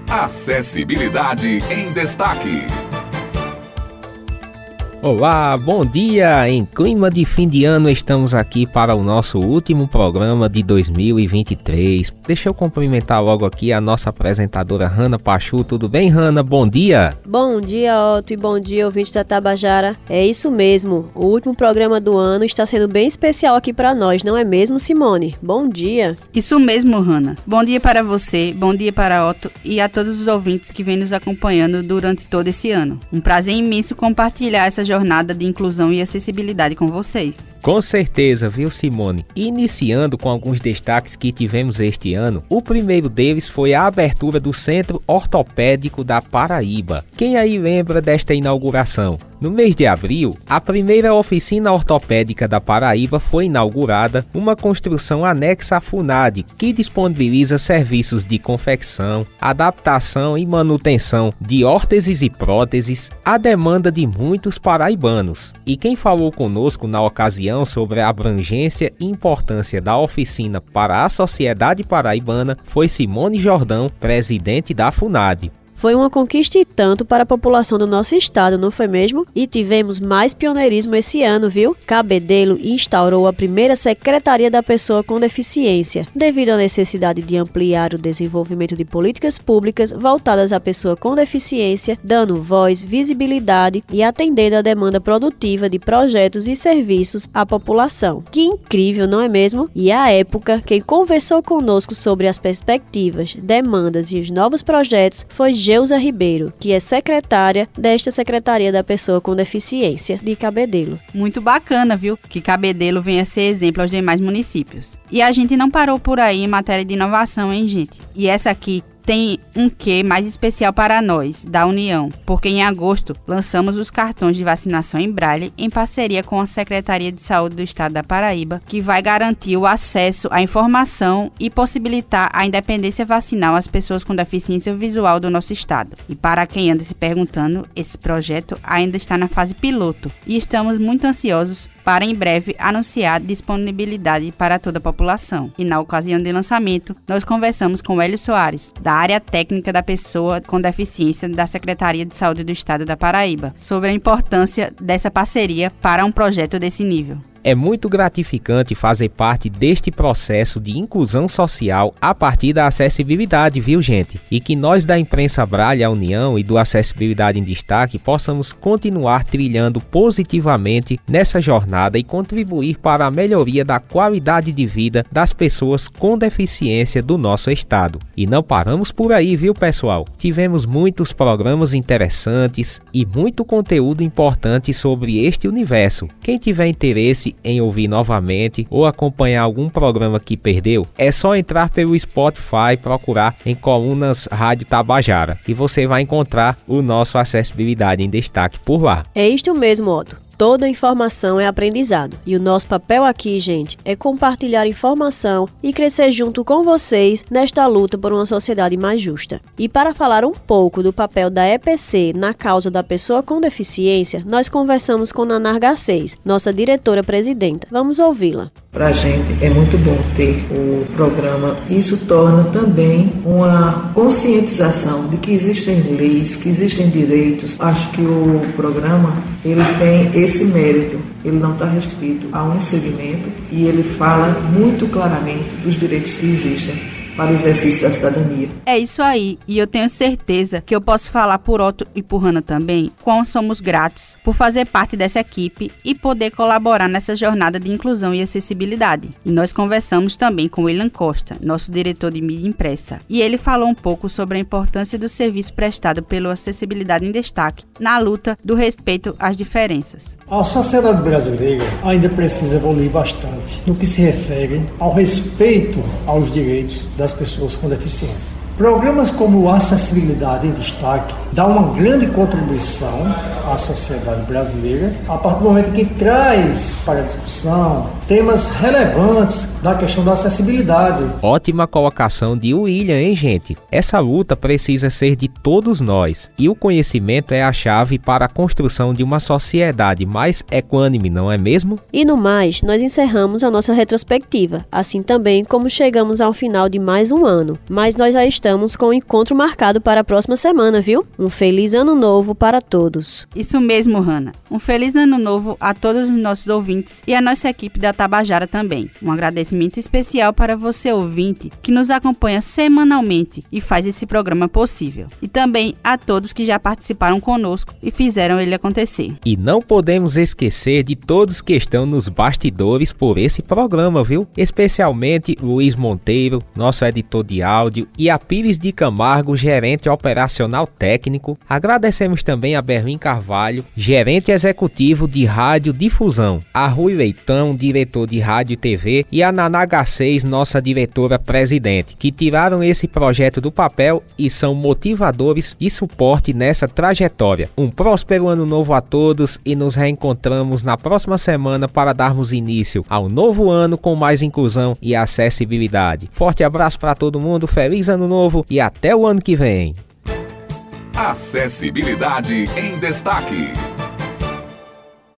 Acessibilidade em Destaque. Olá, bom dia! Em clima de fim de ano estamos aqui para o nosso último programa de 2023. Deixa eu cumprimentar logo aqui a nossa apresentadora Hanna Pachu. Tudo bem, Hanna? Bom dia! Bom dia, Otto, e bom dia, ouvintes da Tabajara. É isso mesmo, o último programa do ano está sendo bem especial aqui para nós, não é mesmo, Simone? Bom dia! Isso mesmo, Hanna. Bom dia para você, bom dia para Otto e a todos os ouvintes que vêm nos acompanhando durante todo esse ano. Um prazer imenso compartilhar essa jornada de inclusão e acessibilidade com vocês. Com certeza, viu, Simone? Iniciando com alguns destaques que tivemos este ano, o primeiro deles foi a abertura do Centro Ortopédico da Paraíba. Quem aí lembra desta inauguração? No mês de abril, a primeira oficina ortopédica da Paraíba foi inaugurada, uma construção anexa à FUNAD, que disponibiliza serviços de confecção, adaptação e manutenção de órteses e próteses à demanda de muitos paraibanos. E quem falou conosco na ocasião sobre a abrangência e importância da oficina para a sociedade paraibana foi Simone Jordão, presidente da FUNAD. Foi uma conquista e tanto para a população do nosso estado, não foi mesmo? E tivemos mais pioneirismo esse ano, viu? Cabedelo instaurou a primeira Secretaria da Pessoa com Deficiência, devido à necessidade de ampliar o desenvolvimento de políticas públicas voltadas à pessoa com deficiência, dando voz, visibilidade e atendendo à demanda produtiva de projetos e serviços à população. Que incrível, não é mesmo? E à época, quem conversou conosco sobre as perspectivas, demandas e os novos projetos foi Geusa Ribeiro, que é secretária desta Secretaria da Pessoa com Deficiência de Cabedelo. Muito bacana, viu? Que Cabedelo venha ser exemplo aos demais municípios. E a gente não parou por aí em matéria de inovação, hein, gente? E essa aqui tem um quê mais especial para nós, da União, porque em agosto lançamos os cartões de vacinação em braille em parceria com a Secretaria de Saúde do Estado da Paraíba, que vai garantir o acesso à informação e possibilitar a independência vacinal às pessoas com deficiência visual do nosso estado. E para quem anda se perguntando, esse projeto ainda está na fase piloto e estamos muito ansiosos para em breve anunciar disponibilidade para toda a população. E na ocasião de lançamento, nós conversamos com Hélio Soares, da área técnica da pessoa com deficiência da Secretaria de Saúde do Estado da Paraíba, sobre a importância dessa parceria para um projeto desse nível. É muito gratificante fazer parte deste processo de inclusão social a partir da acessibilidade, viu, gente? E que nós da Imprensa Braille, a União e do Acessibilidade em Destaque possamos continuar trilhando positivamente nessa jornada e contribuir para a melhoria da qualidade de vida das pessoas com deficiência do nosso estado. E não paramos por aí, viu, pessoal? Tivemos muitos programas interessantes e muito conteúdo importante sobre este universo. Quem tiver interesse em ouvir novamente ou acompanhar algum programa que perdeu, é só entrar pelo Spotify e procurar em Colunas Rádio Tabajara e você vai encontrar o nosso Acessibilidade em Destaque por lá. É isto mesmo, Otto. Toda informação é aprendizado e o nosso papel aqui, gente, é compartilhar informação e crescer junto com vocês nesta luta por uma sociedade mais justa. E para falar um pouco do papel da EPC na causa da pessoa com deficiência, nós conversamos com Nanar Garcês, nossa diretora-presidenta. Vamos ouvi-la. Para a gente é muito bom ter o programa. Isso torna também uma conscientização de que existem leis, que existem direitos. Acho que o programa ele tem esse mérito. Ele não está restrito a um segmento e ele fala muito claramente dos direitos que existem para o exercício da cidadania. É isso aí, e eu tenho certeza que eu posso falar por Otto e por Hanna também, quão somos gratos por fazer parte dessa equipe e poder colaborar nessa jornada de inclusão e acessibilidade. E nós conversamos também com o William Costa, nosso diretor de mídia impressa, e ele falou um pouco sobre a importância do serviço prestado pelo Acessibilidade em Destaque na luta do respeito às diferenças. A sociedade brasileira ainda precisa evoluir bastante no que se refere ao respeito aos direitos das pessoas com deficiência. Programas como o Acessibilidade em Destaque dão uma grande contribuição à sociedade brasileira a partir do momento que traz para a discussão temas relevantes da questão da acessibilidade. Ótima colocação de William, hein, gente? Essa luta precisa ser de todos nós, e o conhecimento é a chave para a construção de uma sociedade mais equânime, não é mesmo? E no mais, nós encerramos a nossa retrospectiva, assim também como chegamos ao final de mais um ano. Mas nós já estamos com o encontro marcado para a próxima semana, viu? Um feliz ano novo para todos. Isso mesmo, Hanna. Um feliz ano novo a todos os nossos ouvintes e a nossa equipe da Tabajara também. Um agradecimento especial para você, ouvinte, que nos acompanha semanalmente e faz esse programa possível. E também a todos que já participaram conosco e fizeram ele acontecer. E não podemos esquecer de todos que estão nos bastidores por esse programa, viu? Especialmente Luiz Monteiro, nosso editor de áudio, e a Pires de Camargo, gerente operacional técnico. Agradecemos também a Berlim Carvalho, gerente executivo de rádio difusão, a Rui Leitão, diretor de rádio e TV, e a Naná H6, nossa diretora-presidente, que tiraram esse projeto do papel e são motivadores de suporte nessa trajetória. Um próspero ano novo a todos e nos reencontramos na próxima semana para darmos início ao novo ano com mais inclusão e acessibilidade. Forte abraço para todo mundo, feliz ano novo e até o ano que vem. Acessibilidade em Destaque.